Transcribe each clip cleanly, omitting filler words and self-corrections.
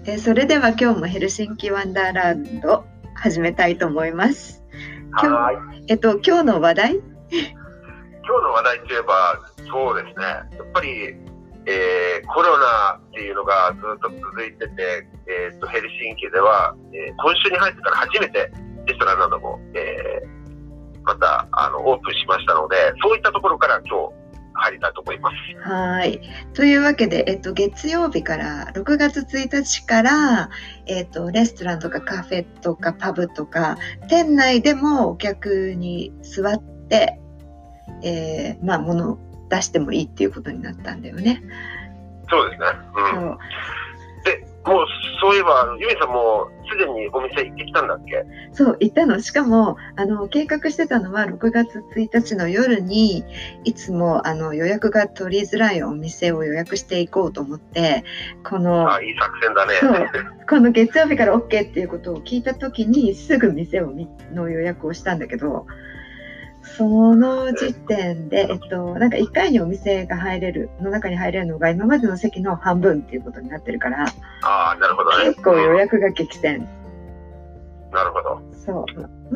それでは今日もヘルシンキワンダーランド始めたいと思います。今日の話題といえば、そうですね、やっぱり、コロナっていうのがずっと続いてて、ヘルシンキでは、今週に入ってから初めてレストランなども、またオープンしましたので、そういったところから今日入りたいと思います。 はい。というわけで、月曜日から6月1日から、レストランとかカフェとかパブとか店内でもお客に座って、物を出してもいいっていうことになったんだよね。 そうですね。そうで、もうそういえばユミさんもすでにお店行ってきたんだっけ？ そう、行ったの。しかも計画してたのは6月1日の夜にいつも予約が取りづらいお店を予約していこうと思って、 いい作戦だね。 この月曜日から OK っていうことを聞いた時にすぐ店の予約をしたんだけど、その時点で、なんか1回にお店が中に入れるのが今までの席の半分っていうことになってるから、 なるほどね。 結構予約が激戦。 なるほど。 そう。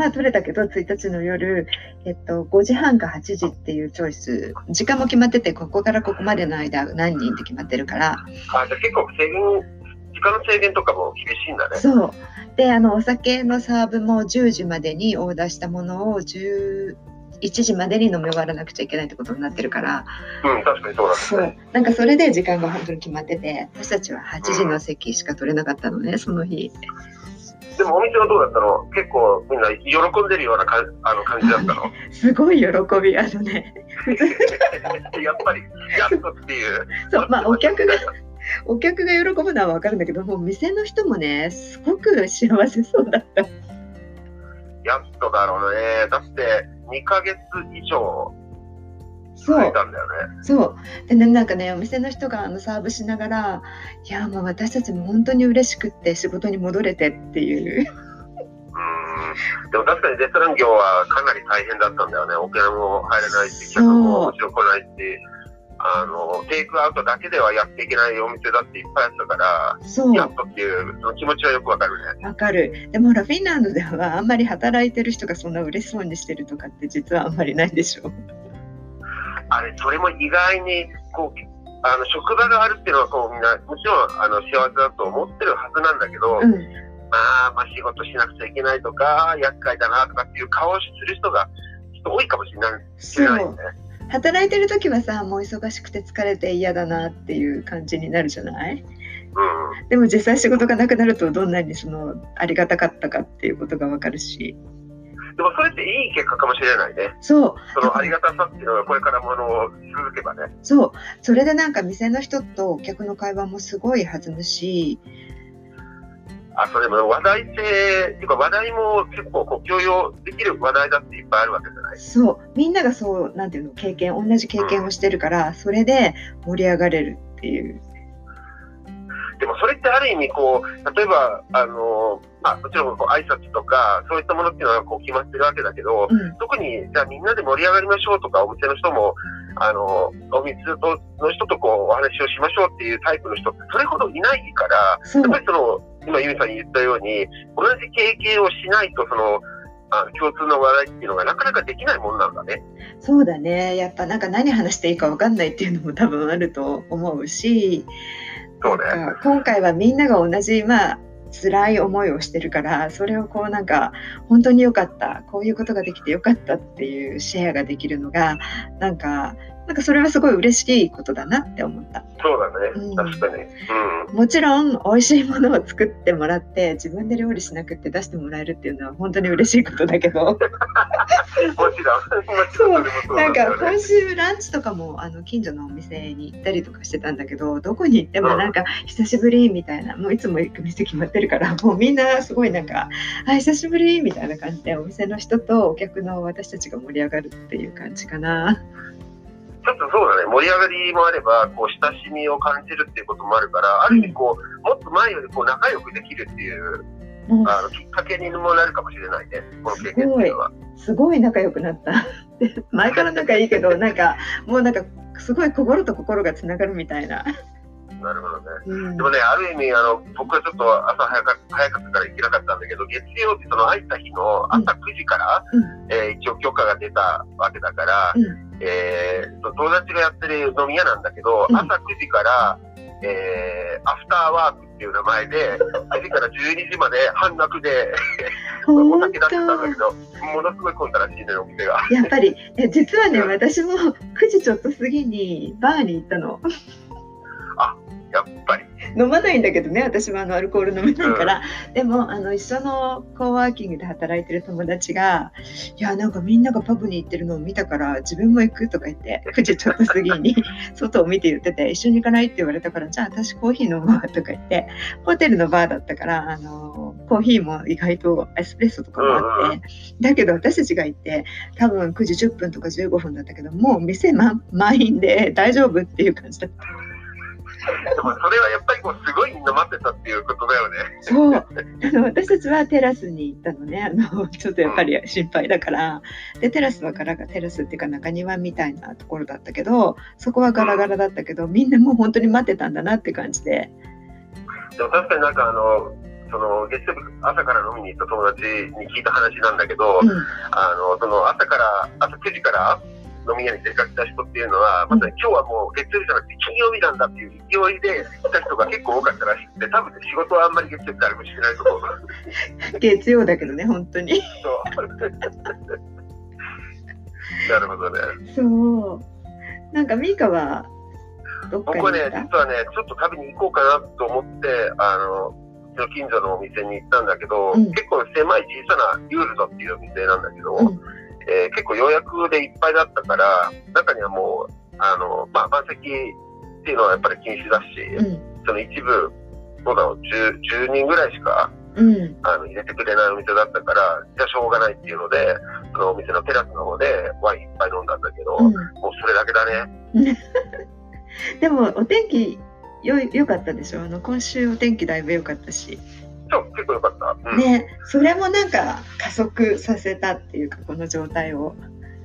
取れたけど、1日の夜、5時半か8時っていうチョイス。時間も決まってて、ここからここまでの間何人って決まってるから。 じゃあ結構時間の制限とかも厳しいんだね。 そう。で、お酒のサーブも10時までにオーダーしたものを11時までに飲み終わらなくちゃいけないってことになってるから。 確かにそうだね。 そう。なんかそれで時間が本当に決まってて、私たちは8時の席しか取れなかったのね、その日。 でもお店はどうだったの？結構みんな喜んでるような感じだったの？ すごい喜び、やっぱり、やっとっていう。 そう、お客が喜ぶのは分かるんだけど、もう店の人もね、すごく幸せそうだった。 やっとだろうね。だって2ヶ月以上続いたんだよね。 そうでね、なんかね、お店の人がサーブしながら、いやもう私たちも本当に嬉しくって仕事に戻れてっていう。 でも確かにレストラン業はかなり大変だったんだよね。お客も入れないし、客ももちろん来ないし、テイクアウトだけではやっていけないお店だっていっぱいあったから、やっとっていうその気持ちはよくわかるね。 わかる。でもフィンランドではあんまり働いてる人がそんな嬉しそうにしてるとかって実はあんまりないでしょ。 それも意外に職場があるっていうのはみんなもちろん幸せだと思ってるはずなんだけど、仕事しなくちゃいけないとか厄介だなとかっていう顔をする人が多いかもしれないね。 働いてる時はさ、もう忙しくて疲れて嫌だなっていう感じになるじゃない？でも実際仕事がなくなるとどんなにありがたかったかっていうことがわかるし。 でもそれっていい結果かもしれないね。そのありがたさっていうのがこれからも続けばね。 そう。それでなんか店の人とお客の会話もすごい弾むし。 それも話題っていうか話題も結構共有できる話題だっていっぱいあるわけじゃない？ そう。みんながなんていうの、同じ経験をしてるから、それで盛り上がれるっていう。 でもそれってある意味例えばもちろん挨拶とかそういったものっていうのは決まってるわけだけど、特にじゃあみんなで盛り上がりましょうとか、お店の人もお店の人とお話をしましょうっていうタイプの人ってそれほどいないから、やっぱり今ユミさんに言ったように同じ経験をしないと共通の話題っていうのがなかなかできないもんなんだね。 そうだね。やっぱなんか何話していいか分かんないっていうのも多分あると思うし、 そうね、 今回はみんなが同じ辛い思いをしてるから、それをなんか本当に良かった、こういうことができて良かったっていうシェアができるのがなんかそれはすごい嬉しいことだなって思った。 そうだね、確かに、 もちろん美味しいものを作ってもらって自分で料理しなくって出してもらえるっていうのは本当に嬉しいことだけどもちろんなんか今週ランチとかも近所のお店に行ったりとかしてたんだけど、どこに行ってもなんか久しぶりみたいな、もういつも行く店決まってるから、もうみんなすごいなんか久しぶりみたいな感じでお店の人とお客の私たちが盛り上がるっていう感じかな。 ちょっとそうだね、盛り上がりもあれば親しみを感じるっていうこともあるから、ある意味もっと前より仲良くできるっていうきっかけにもなるかもしれないね、この経験っていうのは。 すごい仲良くなった前から仲いいけどなんかもうなんかすごい心と心がつながるみたいな。 なるほどね。でもね、ある意味、僕はちょっと朝早かったから行けなかったんだけど、月曜日、入った日の朝9時から、一応許可が出たわけだから、友達がやってる飲み屋なんだけど、朝9時から、アフターワークっていう名前で、9時から12時まで半額でお酒出してたんだけど、ものすごい混んだらしいね、お店が。 やっぱり、実はね、私も9時ちょっと過ぎにバーに行ったの。 あ、やっぱり。 飲まないんだけどね、私はアルコール飲めないから、でも一緒のコーワーキングで働いてる友達が、いやなんかみんながパブに行ってるのを見たから自分も行くとか言って9時ちょっと過ぎに外を見て言ってて、一緒に行かないって言われたから、じゃあ私コーヒー飲むわとか言って、ホテルのバーだったからコーヒーも意外とエスプレッソとかもあって、だけど私たちが行って多分9時10分とか15分だったけど、もう店満員で大丈夫っていう感じだった。 でもそれはやっぱりすごいみんな待ってたっていうことだよね。 そう私たちはテラスに行ったのね。ちょっとやっぱり心配だから、でテラスはからがテラスっていうか中庭みたいなところだったけど、そこはガラガラだったけど、みんなもう本当に待ってたんだなって感じで。 でも確かになんか月曜日朝から飲みに行った友達に聞いた話なんだけど、朝9時から飲み屋に出かけた人っていうのは、まさに今日はもう月曜日じゃなくて金曜日なんだっていう勢いで来た人が結構多かったらしくて、多分ね、仕事はあんまり月曜日誰もしてないと思う。 月曜だけどね、本当に。 そうなるほどね。 そう。なんかミーカはどっかに行った？僕はね、実はね、ちょっと食べに行こうかなと思って、近所のお店に行ったんだけど、結構狭い小さなユールドっていうお店なんだけど、結構予約でいっぱいだったから、中にはもう満席っていうのはやっぱり禁止だし、その一部そうだろう 10人ぐらいしか、入れてくれないお店だったから、じゃあしょうがないっていうので、そのお店のテラスの方でワインいっぱい飲んだんだけど、もうそれだけだね。 でもお天気良かったでしょ。今週お天気だいぶ良かったし。 そう、結構良かった。 ね、それもなんか加速させたっていうか、この状態を。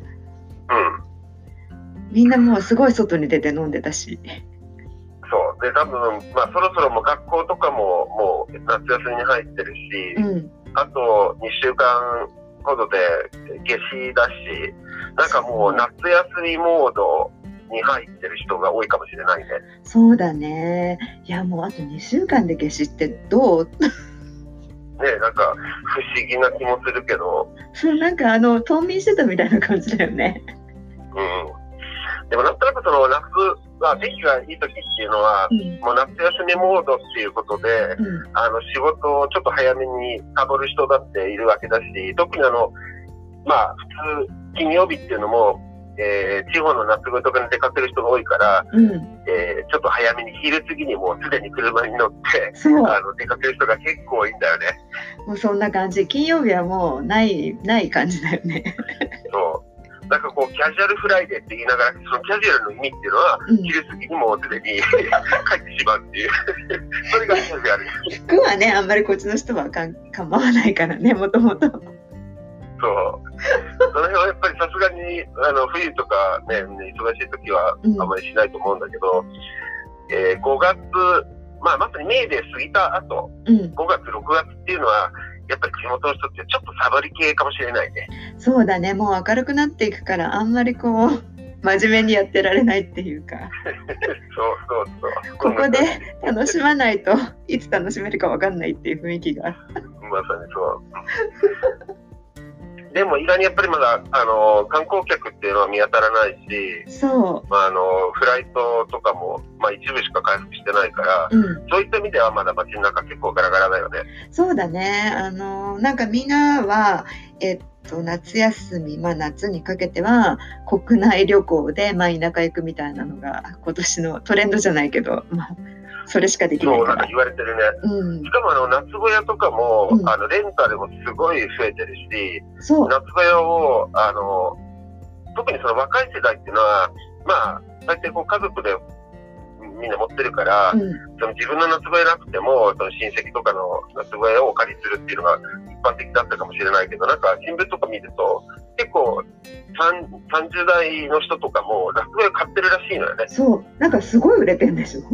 みんなもうすごい外に出て飲んでたし。 そうで、多分そろそろもう学校とかももう夏休みに入ってるし、あと2週間ほどで夏至だし、なんかもう夏休みモードに入ってる人が多いかもしれないね。 そうだね。いやもうあと2週間で夏至ってどう？ね、 なんか不思議な気もするけど、 なんか冬眠してたみたいな感じだよね。 でもなんとなくその夏は天気がいい時っていうのは、もう夏休みモードっていうことで、仕事をちょっと早めにサボる人だっているわけだし、特に普通金曜日っていうのも、地方の夏越とかに出かける人が多いから、ちょっと早めに昼過ぎにもうすでに車に乗って出かける人が結構多いんだよね。 もうそんな感じ。金曜日はもうない感じだよね。 そうなんかキャジュアルフライデーって言いながら、そのキャジュアルの意味っていうのは、昼過ぎにもうすでに帰ってしまうっていうそれがキャジュアル。 服はね、あんまりこっちの人は構わないからね、もともと。そうその辺はやっぱりさすがに冬とかね、忙しい時はあんまりしないと思うんだけど、5月、まさにメーデー過ぎた後、5月6月っていうのはやっぱり地元の人ってちょっとサボり系かもしれないね。そうだね、もう明るくなっていくから、あんまり真面目にやってられないっていうかそうここで楽しまないといつ楽しめるか分かんないっていう雰囲気がまさにそうでも意外にやっぱりまだ観光客っていうのは見当たらないし、そう、フライトとかも、一部しか回復してないから、そういった意味ではまだ街の中結構ガラガラだよね。そうだね。なんかみんなは夏休み、夏にかけては国内旅行で田舎行くみたいなのが今年のトレンドじゃないけど、それしかできないから。そうなんか言われてるね。しかも夏小屋とかも、レンタでもすごい増えてるし、夏小屋を特にその若い世代っていうのは大体家族でみんな持ってるから、その自分の夏小屋なくてもその親戚とかの夏小屋をお借りするっていうのが一般的だったかもしれないけど、なんか新聞とか見ると結構30代の人とかも夏小屋買ってるらしいのよね。そう、なんかすごい売れてるんでしょ。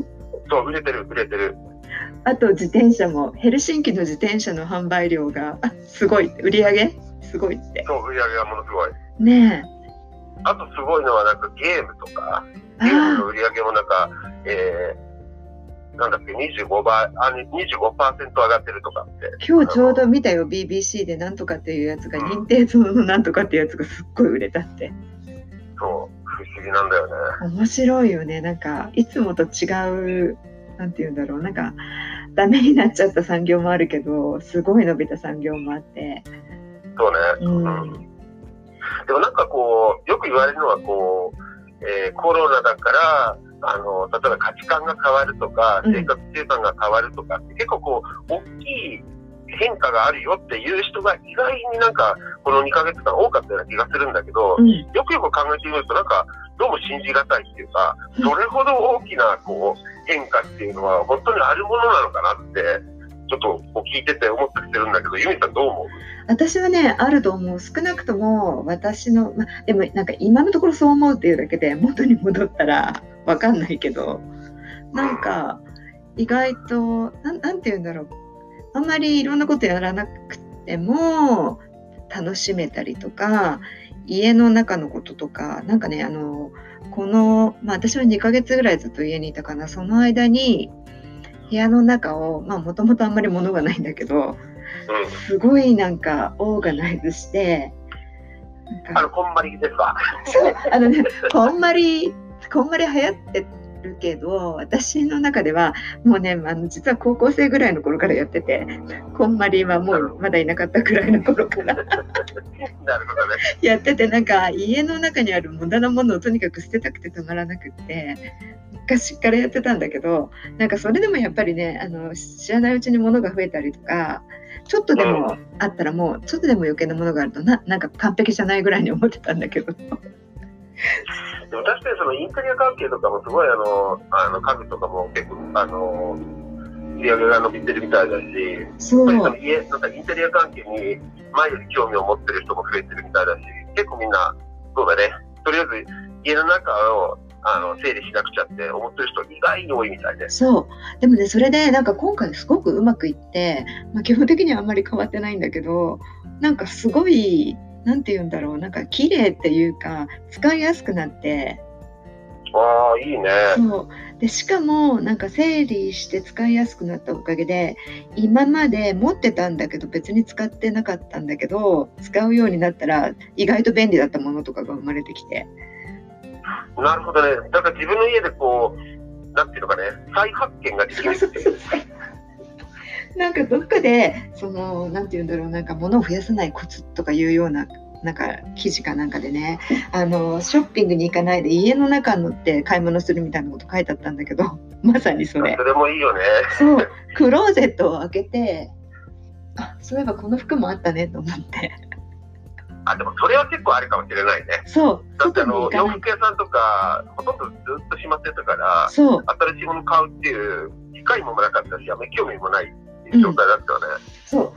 そう、売れてる売れてる。 あと自転車も、ヘルシンキの自転車の販売量がすごい、売り上げすごいって。 そう、売り上げがものすごい。 ねえ。 あとすごいのはなんかゲームとか、ゲームの売り上げもなんか、なんだっけ、25%上がってるとかって。 今日ちょうど見たよ、BBC でなんとかっていうやつが、任天堂のなんとかっていうやつがすっごい売れたって。 そう、不思議なんだよね。 面白いよね。なんかいつもと違う、なんていうんだろう、なんかダメになっちゃった産業もあるけど、すごい伸びた産業もあって。 そうね。でもなんかこうよく言われるのはこう、コロナだから例えば価値観が変わるとか生活習慣が変わるとかって、結構こう大きい変化があるよっていう人が意外になんかこの2ヶ月間多かったような気がするんだけど、よくよく考えてみるとなんかどうも信じがたいっていうか、それほど大きなこう変化っていうのは本当にあるものなのかなってちょっとこう聞いてて思ったりするんだけど、ユミさんどう思う？ 私はね、あると思う。少なくとも私の、でもなんか今のところそう思うっていうだけで元に戻ったらわかんないけど、なんか意外となんて言うんだろう、あんまりいろんなことやらなくても楽しめたりとか、家の中のこととか、なんかね、この、私は2ヶ月ぐらいずっと家にいたかな。その間に部屋の中を、もともとあんまり物がないんだけど、すごいなんかオーガナイズして、 こんまりですか？ そう、こんまり流行ってるけど、私の中ではもうね、実は高校生ぐらいの頃からやってて、こんまりはもうまだいなかったくらいの頃からなるほどね、 やってて、なんか家の中にある無駄なものをとにかく捨てたくてたまらなくって、昔からやってたんだけど、なんかそれでもやっぱりね、知らないうちに物が増えたりとか、ちょっとでもあったらもうちょっとでも余計なものがあるとなんか完璧じゃないぐらいに思ってたんだけど。 でも確かにそのインテリア関係とかもすごい家具とかも結構売り上げが伸びてるみたいだし、 そうなんかインテリア関係に前より興味を持ってる人も増えてるみたいだし、結構みんなそうだね、とりあえず家の中を整理しなくちゃって思ってる人意外に多いみたいで。 そうでもね、それでなんか今回すごくうまくいって、基本的にはあんまり変わってないんだけど、なんかすごいなんて言うんだろう、なんか綺麗っていうか使いやすくなって。 ああ、いいね。 そうで、しかもなんか整理して使いやすくなったおかげで、今まで持ってたんだけど別に使ってなかったんだけど使うようになったら意外と便利だったものとかが生まれてきて。 なるほどね。だから自分の家でこうなんていうのかね、再発見ができるっていう。 なんかどっかでなんていうんだろう、なんか物を増やさないコツとかいうようななんか記事かなんかでね、ショッピングに行かないで家の中乗って買い物するみたいなこと書いてあったんだけど、まさにそれ。 それもいいよね。 そう、クローゼットを開けて、そういえばこの服もあったねと思って。 でもそれは結構あるかもしれないね。 そう。 だって洋服屋さんとかほとんどずっとしまってたから、 そう。 新しいもの買うっていう機会もなかったし、あんまり興味もない状態だったよね。 そう。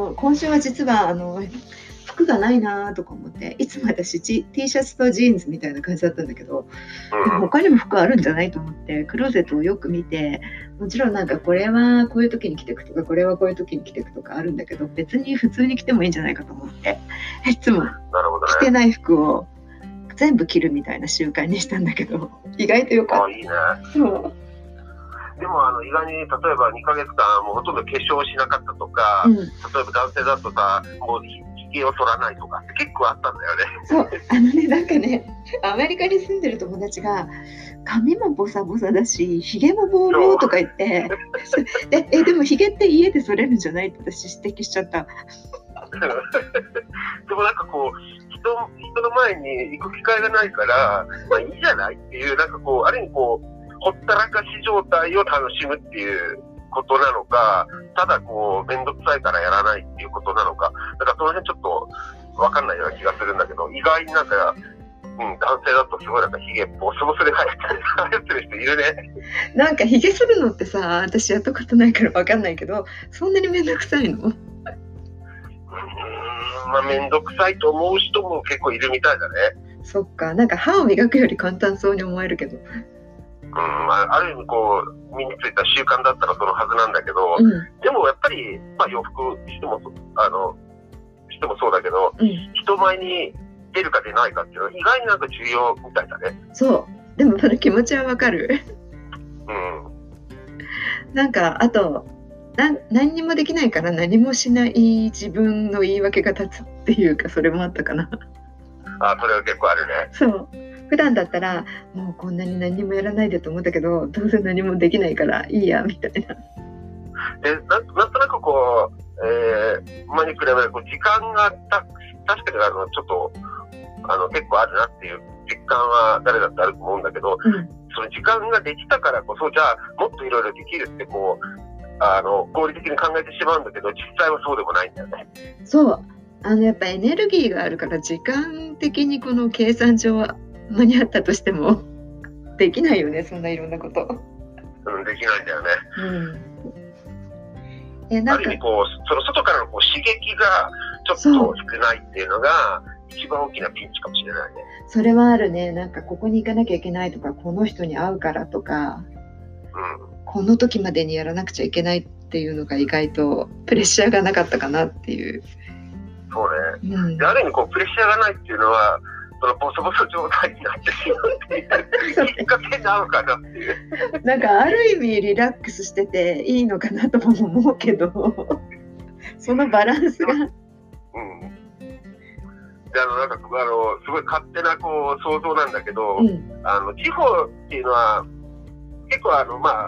今週は実は服がないなとか思って、いつも私T シャツとジーンズみたいな感じだったんだけど、でも他にも服あるんじゃないと思ってクローゼットをよく見て、もちろんなんかこれはこういう時に着てくとか、これはこういう時に着てくとかあるんだけど、別に普通に着てもいいんじゃないかと思って、いつも着てない服を全部着るみたいな習慣にしたんだけど、意外とよかった。 いいね。 そうでも意外に例えば2ヶ月間もうほとんど化粧しなかったとか、例えば男性だとさ、もうひげを剃らないとかって結構あったんだよね。 そうなんかね、アメリカに住んでる友達が髪もボサボサだしひげもボーボーとか言ってでもひげって家で剃れるんじゃないって私指摘しちゃった。 でもなんかこう人の前に行く機会がないから、いいじゃないっていう、なんかこうある意味こうほったらかし状態を楽しむっていうことなのか、ただこう面倒くさいからやらないっていうことなのか、だからその辺ちょっと分かんないような気がするんだけど、意外になんか、男性だとすごいなんかヒゲボスボスで生えてる人いるね。 なんかヒゲ剃るのってさ、私やったことないから分かんないけど、そんなに面倒くさいの？ 面倒くさいと思う人も結構いるみたいだね。 そっか、なんか歯を磨くより簡単そうに思えるけど。 ある意味こう身についた習慣だったらそのはずなんだけど、でもやっぱり、洋服してもそうだけど、人前に出るか出ないかっていうのは意外になんか重要みたいだね。 そう。でもその気持ちはわかる。なんかあと何にもできないから何もしない自分の言い訳が立つっていうか、それもあったかな。 それは結構あるね。 そう。普段だったらもうこんなに何もやらないでと思ったけど、どうせ何もできないからいいやみたいな。 でなんとなくこう、前に比べると時間が確かにちょっと結構あるなっていう実感は誰だってあると思うんだけど、その時間ができたからこそ、じゃあもっといろいろできるってこう合理的に考えてしまうんだけど、実際はそうでもないんだよね。 そう。やっぱエネルギーがあるから時間的にこの計算上間に合ったとしてもできないよね、そんないろんなこと。 できないんだよね。ある意味こうその外からのこう刺激がちょっと少ないっていうのが一番大きなピンチかもしれないね。 それはあるね。なんかここに行かなきゃいけないとか、この人に会うからとか、この時までにやらなくちゃいけないっていうのが意外とプレッシャーがなかったかなっていう。 そうね。である意味こうプレッシャーがないっていうのは、そのボソボソ状態になってしまうっていうきっかけなのかなっていう。なんかある意味リラックスしてていいのかなとも思うけど、そのバランスが。でなんかすごい勝手なこう想像なんだけど、地方っていうのは結構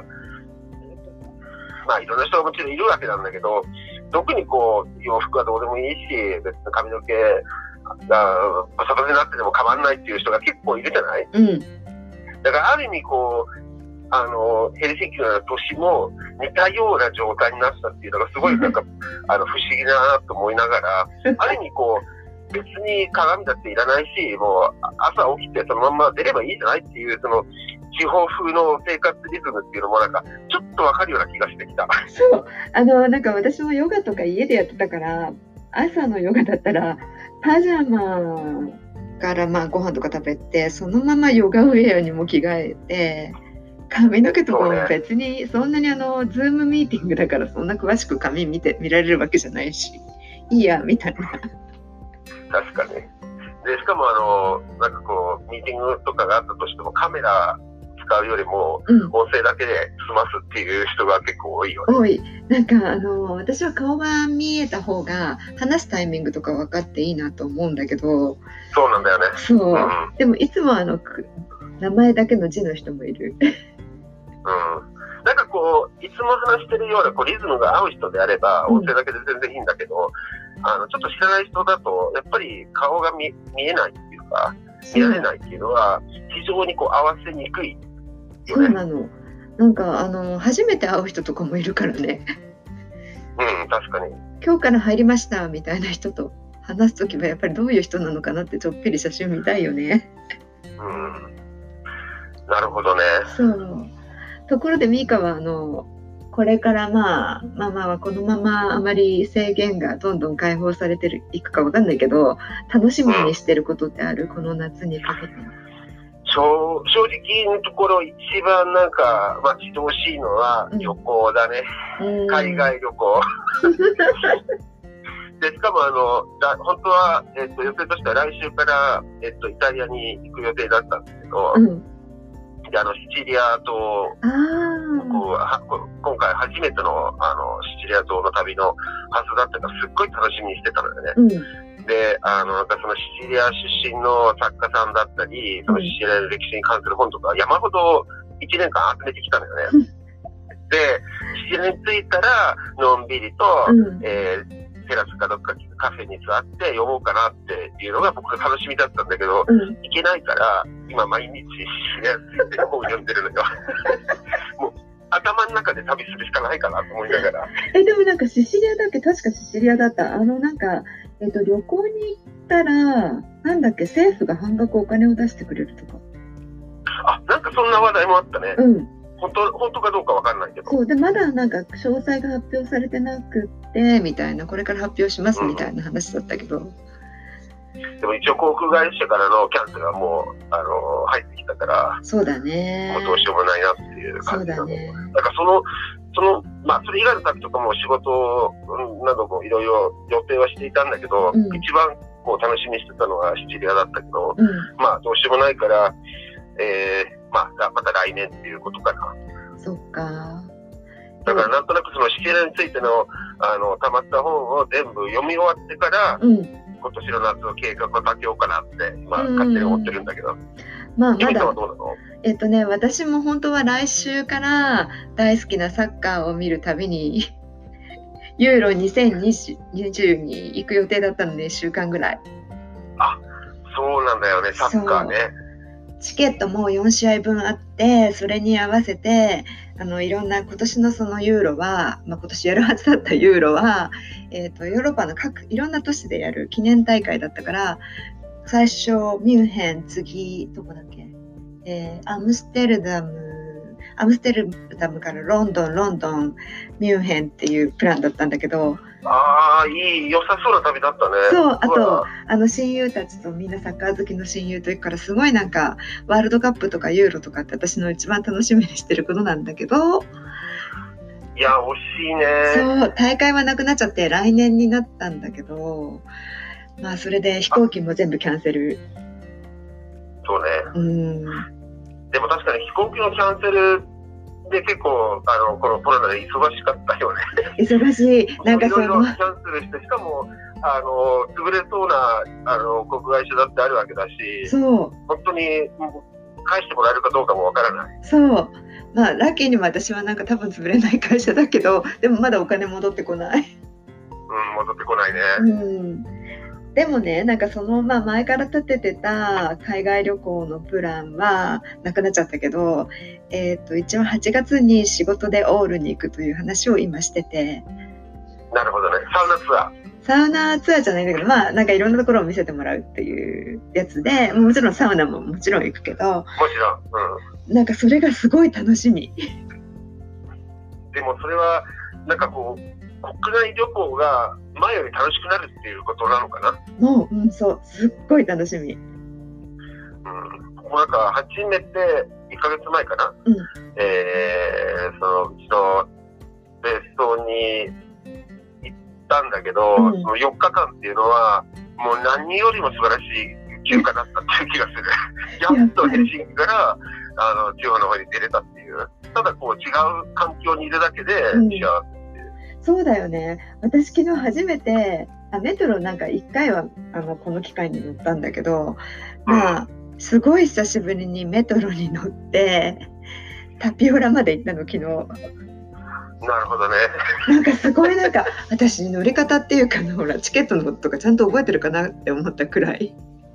いろんな人がもちろんいるわけなんだけど、特にこう洋服はどうでもいいし、別に髪の毛がパサパサになってても変わんないっていう人が結構いるじゃない。だからある意味こうヘルシンキのような都市も似たような状態になったっていうのがすごいなんか不思議だなと思いながら、ある意味こう別に鏡だっていらないし、もう朝起きてそのまんま出ればいいじゃないっていう、その地方風の生活リズムっていうのもなんかちょっとわかるような気がしてきた。 そう、なんか私もヨガとか家でやってたから、朝のヨガだったらパジャマからご飯とか食べて、そのままヨガウェアにも着替えて、髪の毛とかも別にそんなにズームミーティングだからそんな詳しく髪見られるわけじゃないし、いいやみたいな。 確かに。でしかもなんかこうミーティングとかがあったとしてもカメラ使うよりも音声だけで済ますっていう人が結構多いよね。 多い。なんか私は顔が見えた方が話すタイミングとか分かっていいなと思うんだけど。 そうなんだよね。 そう。でもいつも名前だけの字の人もいる。 なんかこういつも話してるようなこうリズムが合う人であれば音声だけで全然いいんだけど、ちょっと知らない人だとやっぱり顔が見えないっていうか見られないっていうのは非常にこう合わせにくいよね。 そうなの。なんか初めて会う人とかもいるからね。 確かに。 今日から入りましたみたいな人と話すときはやっぱりどういう人なのかなってちょっぴり写真見たいよね。 なるほどね。 そう。ところでミーカはこれからママはこのままあまり制限がどんどん解放されていくかわかんないけど、楽しみにしてることってある？この夏にかけて。 正直のところ一番なんか待ち遠しいのは旅行だね。海外旅行。でしかも本当は予定としては来週からイタリアに行く予定だったんですけど。シチリア島、今回初めてのシチリア島の旅のはずだったからすっごい楽しみにしてたのよね。でなんかそのシチリア出身の作家さんだったり、そのシチリアの歴史に関する本とか山ほど1年間集めてきたのよね。でシチリアに着いたらのんびりと、テラスかどっかカフェに座って読もうかなっていうのが僕の楽しみだったんだけど、行けないから今毎日シチリアについて本を読んでるのよ。もう頭の中で旅するしかないかなと思いながら。 でもなんかシチリアだっけ？確かシチリアだった。なんか旅行に行ったらなんだっけ、政府が半額お金を出してくれるとか。 なんかそんな話題もあったね。本当かどうかわかんないけど。 そうで、まだなんか詳細が発表されてなくってみたいな、これから発表しますみたいな話だったけど。 でも一応航空会社からのキャンセルはもう入ってきたから、 そうだね、 もうどうしようもないなっていう感じなの。 そうだね。 だからそれ以外の旅とかも仕事などもいろいろ予定はしていたんだけど、一番こう楽しみにしてたのはシチリアだったけど、どうしようもないから、また来年っていうことかな。 そっか。 だからなんとなくそのシチリアについてのたまった本を全部読み終わってから、今年の夏の計画を立てようかなって勝手に思ってるんだけど。 まだはどうなの？ 私も本当は来週から大好きなサッカーを見るたびにユーロ2020に行く予定だったので1週間ぐらい。 そうなんだよね、サッカーね。 チケットも4試合分あって、それに合わせていろんな今年のそのユーロは、今年やるはずだったユーロは、ヨーロッパのいろんな都市でやる記念大会だったから、最初ミュンヘン、次どこだっけ、アムステルダムからロンドン、ミュンヘンっていうプランだったんだけど、 良さそうな旅だったね。 そう、あと親友たちと、みんなサッカー好きの親友と行くから、すごいなんかワールドカップとかユーロとかって私の一番楽しみにしてることなんだけど、 いや惜しいね。 そう、大会はなくなっちゃって来年になったんだけど、それで飛行機も全部キャンセル。 そうね。でも確かに飛行機のキャンセルで結構このコロナで忙しかったよね。 忙しい。なんかいろいろキャンセルして、しかも潰れそうな国会社だってあるわけだし、 そう、 本当に返してもらえるかどうかもわからない。 そう、ラッキーにも私はなんか多分潰れない会社だけど、でもまだお金戻ってこない。 戻ってこないね。 でもね、なんかその前から立ててた海外旅行のプランはなくなっちゃったけど、一応8月に仕事でオールに行くという話を今してて。 なるほどね。 サウナツアーじゃないんだけど、なんかいろんなところを見せてもらうっていうやつで、もちろんサウナももちろん行くけど、 もちろん、 なんかそれがすごい楽しみ。 でもそれはなんかこう国内旅行が前より楽しくなるっていうことなのかな。 もう、そう、すっごい楽しみ。 なんか初めて1ヶ月前かな、そのうちの別荘に行ったんだけど、その4日間っていうのはもう何よりも素晴らしい休暇だったっていう気がする。やっとヘルシンキから地方の方に出れたっていう。ただこう違う環境にいるだけで幸せ。 そうだよね。私昨日初めてメトロなんか1回はこの機会に乗ったんだけど、すごい久しぶりにメトロに乗ってタピオラまで行ったの昨日。 なるほどね。 なんかすごいなんか私乗り方っていうかほらチケットのこととかちゃんと覚えてるかなって思ったくらい。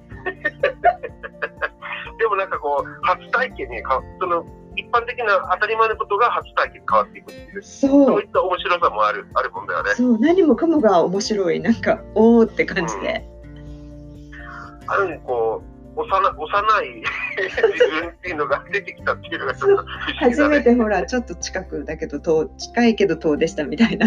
でもなんかこう初体験にその一般的な当たり前のことが初体験に変わっていくっていう、そういった面白さもあるもんだよね。 そう、何もかもが面白い、なんかおーって感じで、 ある意味こう幼い自分っていうのが出てきたっていうのがちょっと不思議だね。 初めてほらちょっと近いけど遠でしたみたいな。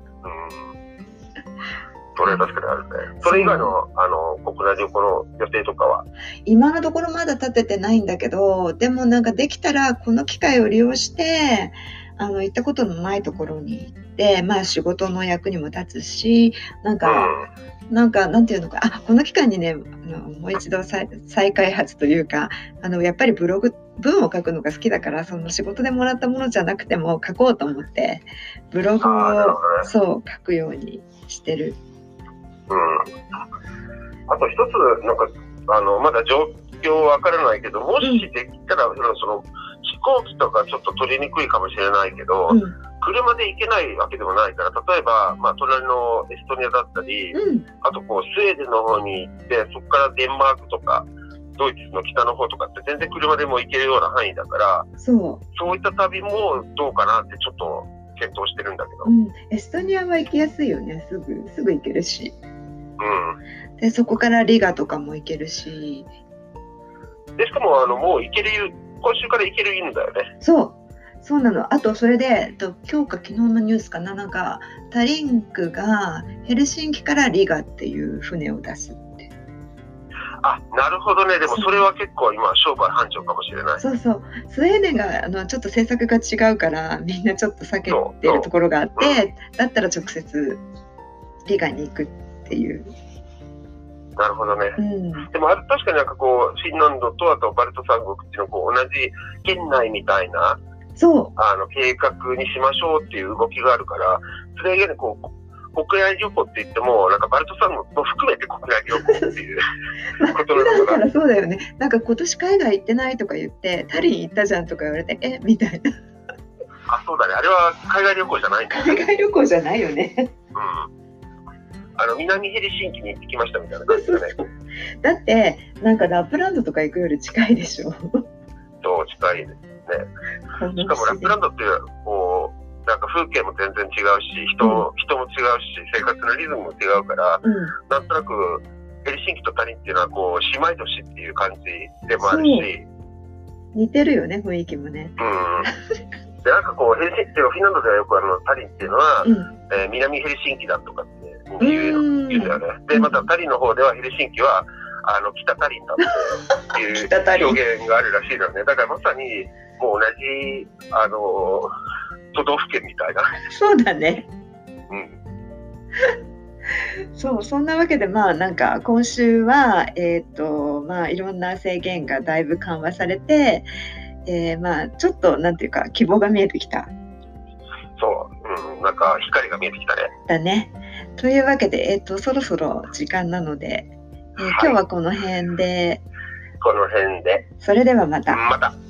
それは確かにあるね。それ以外の国内旅行の予定とかは今のところまだ立ててないんだけど、でもなんかできたらこの機会を利用して行ったことのないところに行って、仕事の役にも立つし、なんかなんていうのか、この期間にねもう一度再開発というか、やっぱりブログ文を書くのが好きだから、その仕事でもらったものじゃなくても書こうと思ってブログをそう書くようにしてる。 あと一つなんかまだ状況わからないけど、もしできたら、その飛行機とかちょっと取りにくいかもしれないけど、車で行けないわけでもないから、例えば、隣のエストニアだったり、あとこうスウェーデンの方に行って、そこからデンマークとかドイツの北の方とかって全然車でも行けるような範囲だから、そういった旅もどうかなってちょっと検討してるんだけど、 エストニアは行きやすいよね。すぐ行けるし、でそこからリガとかも行けるし、 でしかももう今週から行けるんだよね。 そうなの。あとそれで今日か昨日のニュースかな、なんかタリンクがヘルシンキからリガっていう船を出すって。 あ、なるほどね。でもそれは結構今商売繁盛かもしれない。 そうそう。スウェーデンがちょっと政策が違うからみんなちょっと避けてるところがあって、だったら直接リガに行くっていう。 なるほどね。 うん、 でも確かになんかこうフィンランドとあとバルト三国っていうのこう同じ県内みたいな計画にしましょうっていう動きがあるから、それ以外にこう国内旅行って言ってもなんかバルト三国も含めて国内旅行っていうことなのかな。 普段からそうだよね。なんか今年海外行ってないとか言ってタリン行ったじゃんとか言われてみたいな。 あ、そうだね。あれは海外旅行じゃないんだよね。 海外旅行じゃないよね。 うん。南ヘルシンキに行ってきましたみたいな感じだね。 だってなんかラップランドとか行くより近いでしょ。 そう近いですね。しかもラップランドってこうなんか風景も全然違うし人も違うし生活のリズムも違うから、なんとなくヘルシンキとタリンっていうのはこう姉妹都市っていう感じでもあるし、 似てるよね雰囲気もね。 でなんかこうヘルシンキっていうフィンランドではよくタリンっていうのは、南ヘルシンキだとかって言うんだよね。でまたタリンの方ではヘルシンキは北タリンだっていう表現があるらしいのね。だからまさにもう同じ都道府県みたいな。 そうだね。そんなわけでなんか今週はいろんな制限がだいぶ緩和されて、ちょっとなんていうか希望が見えてきた。 そう、なんか光が見えてきたね。 だね。というわけでそろそろ時間なので、今日はこの辺で。 この辺で。 それではまた。 また。